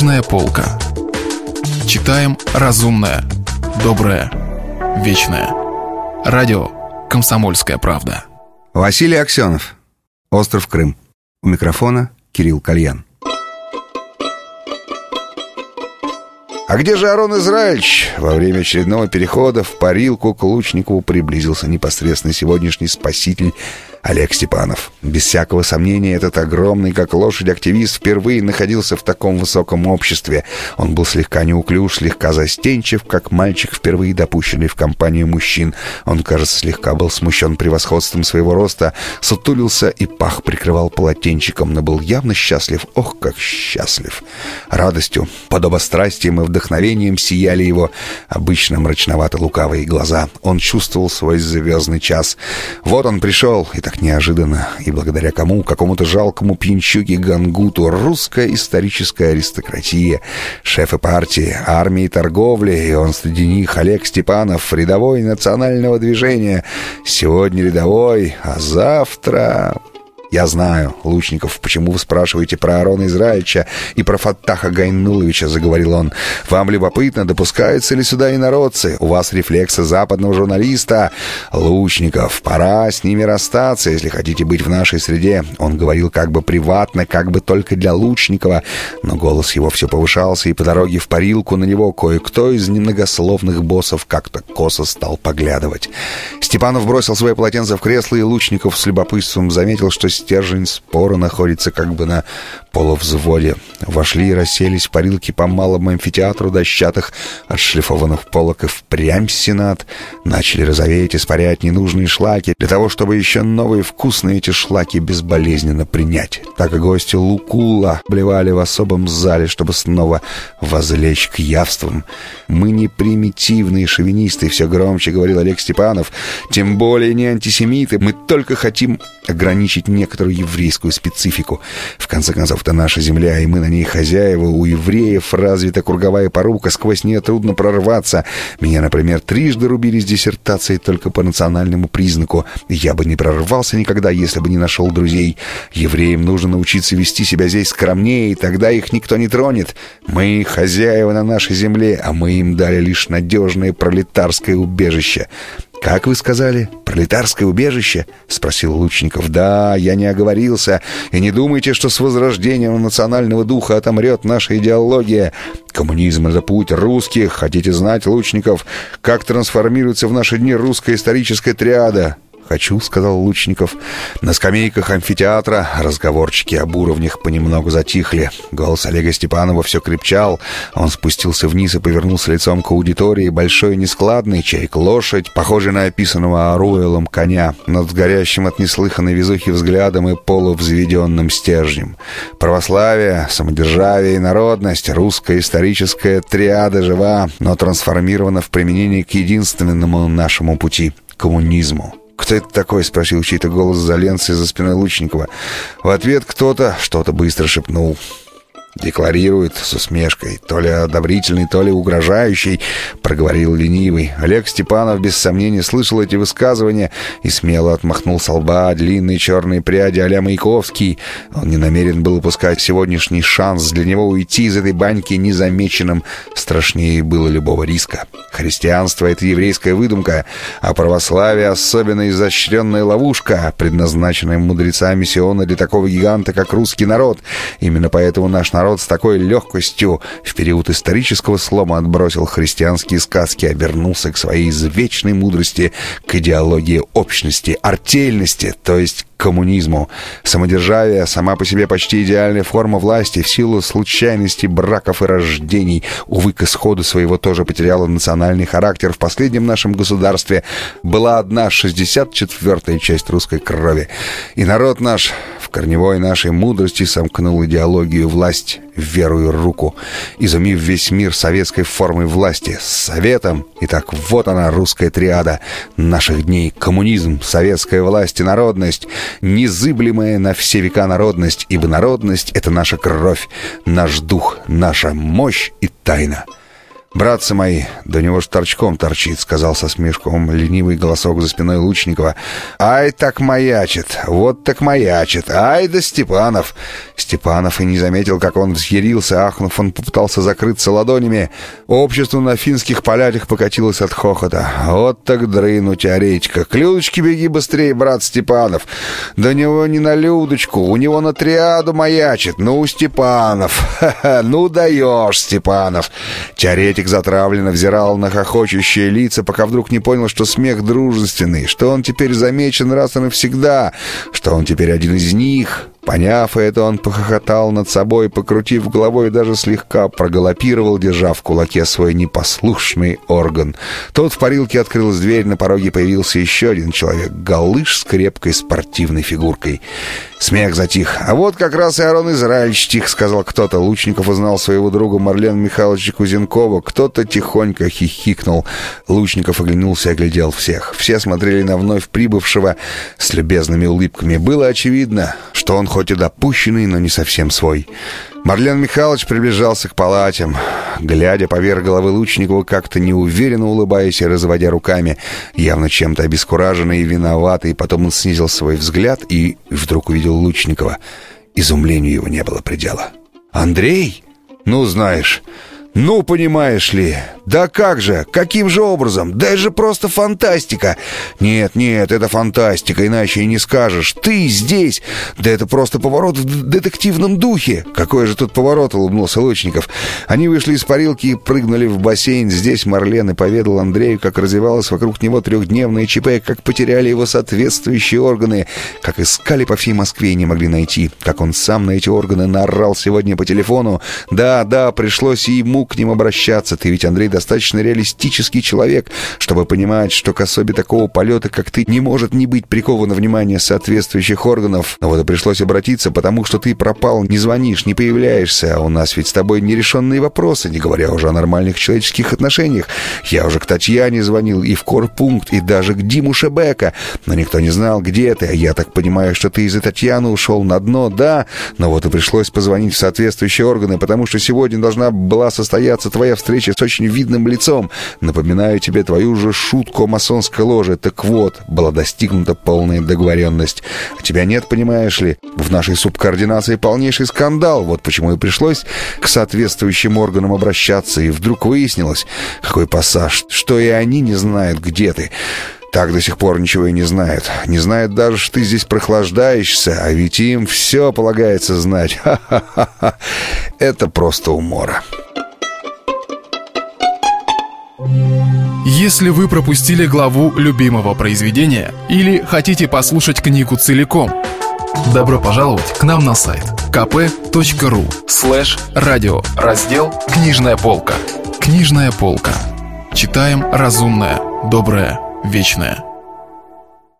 Книжная полка. Читаем разумное, доброе, вечное. Радио «Комсомольская правда». Василий Аксенов. Остров Крым. У микрофона Кирилл Кальян. А где же Арон Израильевич? Во время очередного перехода в парилку к Лучникову приблизился непосредственно сегодняшний спаситель Олег Степанов. Без всякого сомнения, этот огромный, как лошадь, активист впервые находился в таком высоком обществе. Он был слегка неуклюж, слегка застенчив, как мальчик, впервые допущенный в компанию мужчин. Он, кажется, слегка был смущен превосходством своего роста, сутулился и пах прикрывал полотенчиком, но был явно счастлив. Ох, как счастлив! Радостью, подобострастием и вдохновением сияли его обычно мрачновато-лукавые глаза. Он чувствовал свой звездный час. Вот он пришел, и так неожиданно, и благодаря кому? Какому-то жалкому пьянчуге Гангуту. Русская историческая аристократия, шефы партии, армии, торговли, и он среди них Олег Степанов, рядовой национального движения. Сегодня рядовой, а завтра... «Я знаю, Лучников, почему вы спрашиваете про Арона Израильевича и про Фаттаха Гайнуловича», — заговорил он. «Вам любопытно, допускаются ли сюда инородцы? У вас рефлексы западного журналиста. Лучников, пора с ними расстаться, если хотите быть в нашей среде». Он говорил как бы приватно, как бы только для Лучникова, но голос его все повышался, и по дороге в парилку на него кое-кто из немногословных боссов как-то косо стал поглядывать. Степанов бросил свое полотенце в кресло, и Лучников с любопытством заметил, что стержень спора находится как бы на полувзводе. Вошли и расселись в парилке по малому амфитеатру дощатых отшлифованных полок, и впрямь сенат. Начали розоветь, испарять ненужные шлаки, для того, чтобы еще новые вкусные эти шлаки безболезненно принять. Так и гости Лукула блевали в особом зале, чтобы снова возлечь к явствам. «Мы не примитивные шовинисты», — все громче говорил Олег Степанов, «тем более не антисемиты. Мы только хотим ограничить некоторую еврейскую специфику. В конце концов, это наша земля, и мы на ней хозяева. У евреев развита круговая порука, сквозь нее трудно прорваться. Меня, например, трижды рубили с диссертацией только по национальному признаку. Я бы не прорвался никогда, если бы не нашел друзей. Евреям нужно научиться вести себя здесь скромнее, и тогда их никто не тронет. Мы хозяева на нашей земле, а мы им дали лишь надежное пролетарское убежище». «Как вы сказали? Пролетарское убежище?» — спросил Лучников. «Да, я не оговорился. И не думайте, что с возрождением национального духа отомрет наша идеология. Коммунизм — это путь русских. Хотите знать, Лучников, как трансформируется в наши дни русская историческая триада?» «Хочу», — сказал Лучников. На скамейках амфитеатра разговорчики об уровнях понемногу затихли. Голос Олега Степанова все крепчал. Он спустился вниз и повернулся лицом к аудитории. Большой нескладный чайк-лошадь, похожий на описанного Оруэллом коня, над горящим от неслыханной везухи взглядом и полувзведенным стержнем. Православие, самодержавие и народность, русская историческая триада жива, но трансформирована в применении к единственному нашему пути — коммунизму. «Кто это такой?» — спросил чей-то голос за ленцей за спиной Лучникова. В ответ кто-то что-то быстро шепнул. «Декларирует с усмешкой, то ли одобрительный, то ли угрожающий», — проговорил ленивый. Олег Степанов без сомнения слышал эти высказывания и смело отмахнул со лба длинные черные пряди а-ля Маяковский. Он не намерен был упускать сегодняшний шанс. Для него уйти из этой баньки незамеченным страшнее было любого риска. Христианство — это еврейская выдумка, а православие — особенно изощренная ловушка, предназначенная мудрецами Сиона для такого гиганта, как русский народ. Именно поэтому наш народ с такой легкостью в период исторического слома отбросил христианские сказки, обернулся к своей извечной мудрости, к идеологии общности, артельности, то есть к коммунизму. Самодержавие — сама по себе почти идеальная форма власти, в силу случайности браков и рождений. Увы, к исходу своего тоже потеряла национальный характер. В последнем нашем государстве была одна 64-я часть русской крови. И народ наш в корневой нашей мудрости сомкнул идеологию власть в верую руку, изумив весь мир советской формой власти, с советом. Итак, вот она, русская триада наших дней: коммунизм, советская власть и народность, незыблемая на все века народность, ибо народность — это наша кровь, наш дух, наша мощь и тайна. «Братцы мои, да у него ж торчком торчит», — сказал со смешком ленивый голосок за спиной Лучникова. «Ай, так маячит, вот так маячит, ай да Степанов!» Степанов и не заметил, как он взъярился, ахнув, он попытался закрыться ладонями. Общество на финских полях покатилось от хохота. «Вот так дрыну тебя, Редька! К Людочке беги быстрее, брат Степанов! Да у него не на Людочку, у него на триаду маячит! Ну, Степанов! Ха-ха! Ну, даешь, Степанов!» Теоретик затравленно взирал на хохочущие лица, пока вдруг не понял, что смех дружественный, что он теперь замечен раз и навсегда, что он теперь один из них. Поняв это, он похохотал над собой, покрутив головой и даже слегка прогалопировал, держа в кулаке свой непослушный орган. Тут в парилке открылась дверь, на пороге появился еще один человек, галыш с крепкой спортивной фигуркой. Смех затих. «А вот как раз и Арон Израильевич», — тихо сказал кто-то. Лучников узнал своего друга Марлена Михайловича Кузенкова. Кто-то тихонько хихикнул. Лучников оглянулся и оглядел всех. Все смотрели на вновь прибывшего с любезными улыбками. Было очевидно, что он хоть и допущенный, но не совсем свой. Марлен Михайлович приближался к палатям, глядя поверх головы Лучникова, как-то неуверенно улыбаясь и разводя руками, явно чем-то обескураженный и виноватый. Потом он снизил свой взгляд и вдруг увидел Лучникова. Изумлению его не было предела. «Андрей? Ну, знаешь... Ну, понимаешь ли, да как же, каким же образом? Да это же просто фантастика. Нет, это фантастика, иначе и не скажешь. Ты здесь, да это просто поворот в детективном духе. Какой же тут поворот, улыбнулся Лучников. Они вышли из парилки и прыгнули в бассейн. Здесь Марлен и поведал Андрею, как развивалось вокруг него трехдневное ЧП, как потеряли его соответствующие органы, как искали по всей Москве и не могли найти, как он сам на эти органы наорал сегодня по телефону. Да, пришлось и ему к ним обращаться. Ты ведь, Андрей, достаточно реалистический человек, чтобы понимать, что к особе такого полета, как ты, не может не быть приковано внимание соответствующих органов. Но вот и пришлось обратиться, потому что ты пропал, не звонишь, не появляешься, а у нас ведь с тобой нерешенные вопросы, не говоря уже о нормальных человеческих отношениях. Я уже к Татьяне звонил и в корпункт, и даже к Диму Шебека, но никто не знал, где ты. Я так понимаю, что ты из-за Татьяны ушел на дно, да? Но вот и пришлось позвонить в соответствующие органы, потому что сегодня должна была состояться твоя встреча с очень видным лицом. Напоминаю тебе твою же шутку о масонской ложе. Так вот, была достигнута полная договоренность. А тебя нет, понимаешь ли? В нашей субкоординации полнейший скандал. Вот почему и пришлось к соответствующим органам обращаться. И вдруг выяснилось, какой пассаж, что и они не знают, где ты. Так до сих пор ничего и не знают. Не знают даже, что ты здесь прохлаждаешься, а ведь им все полагается знать. Ха-ха-ха-ха. Это просто умора. Если вы пропустили главу любимого произведения или хотите послушать книгу целиком, добро пожаловать к нам на сайт kp.ru/радио, раздел «Книжная полка». Книжная полка. Читаем разумное, доброе, вечное.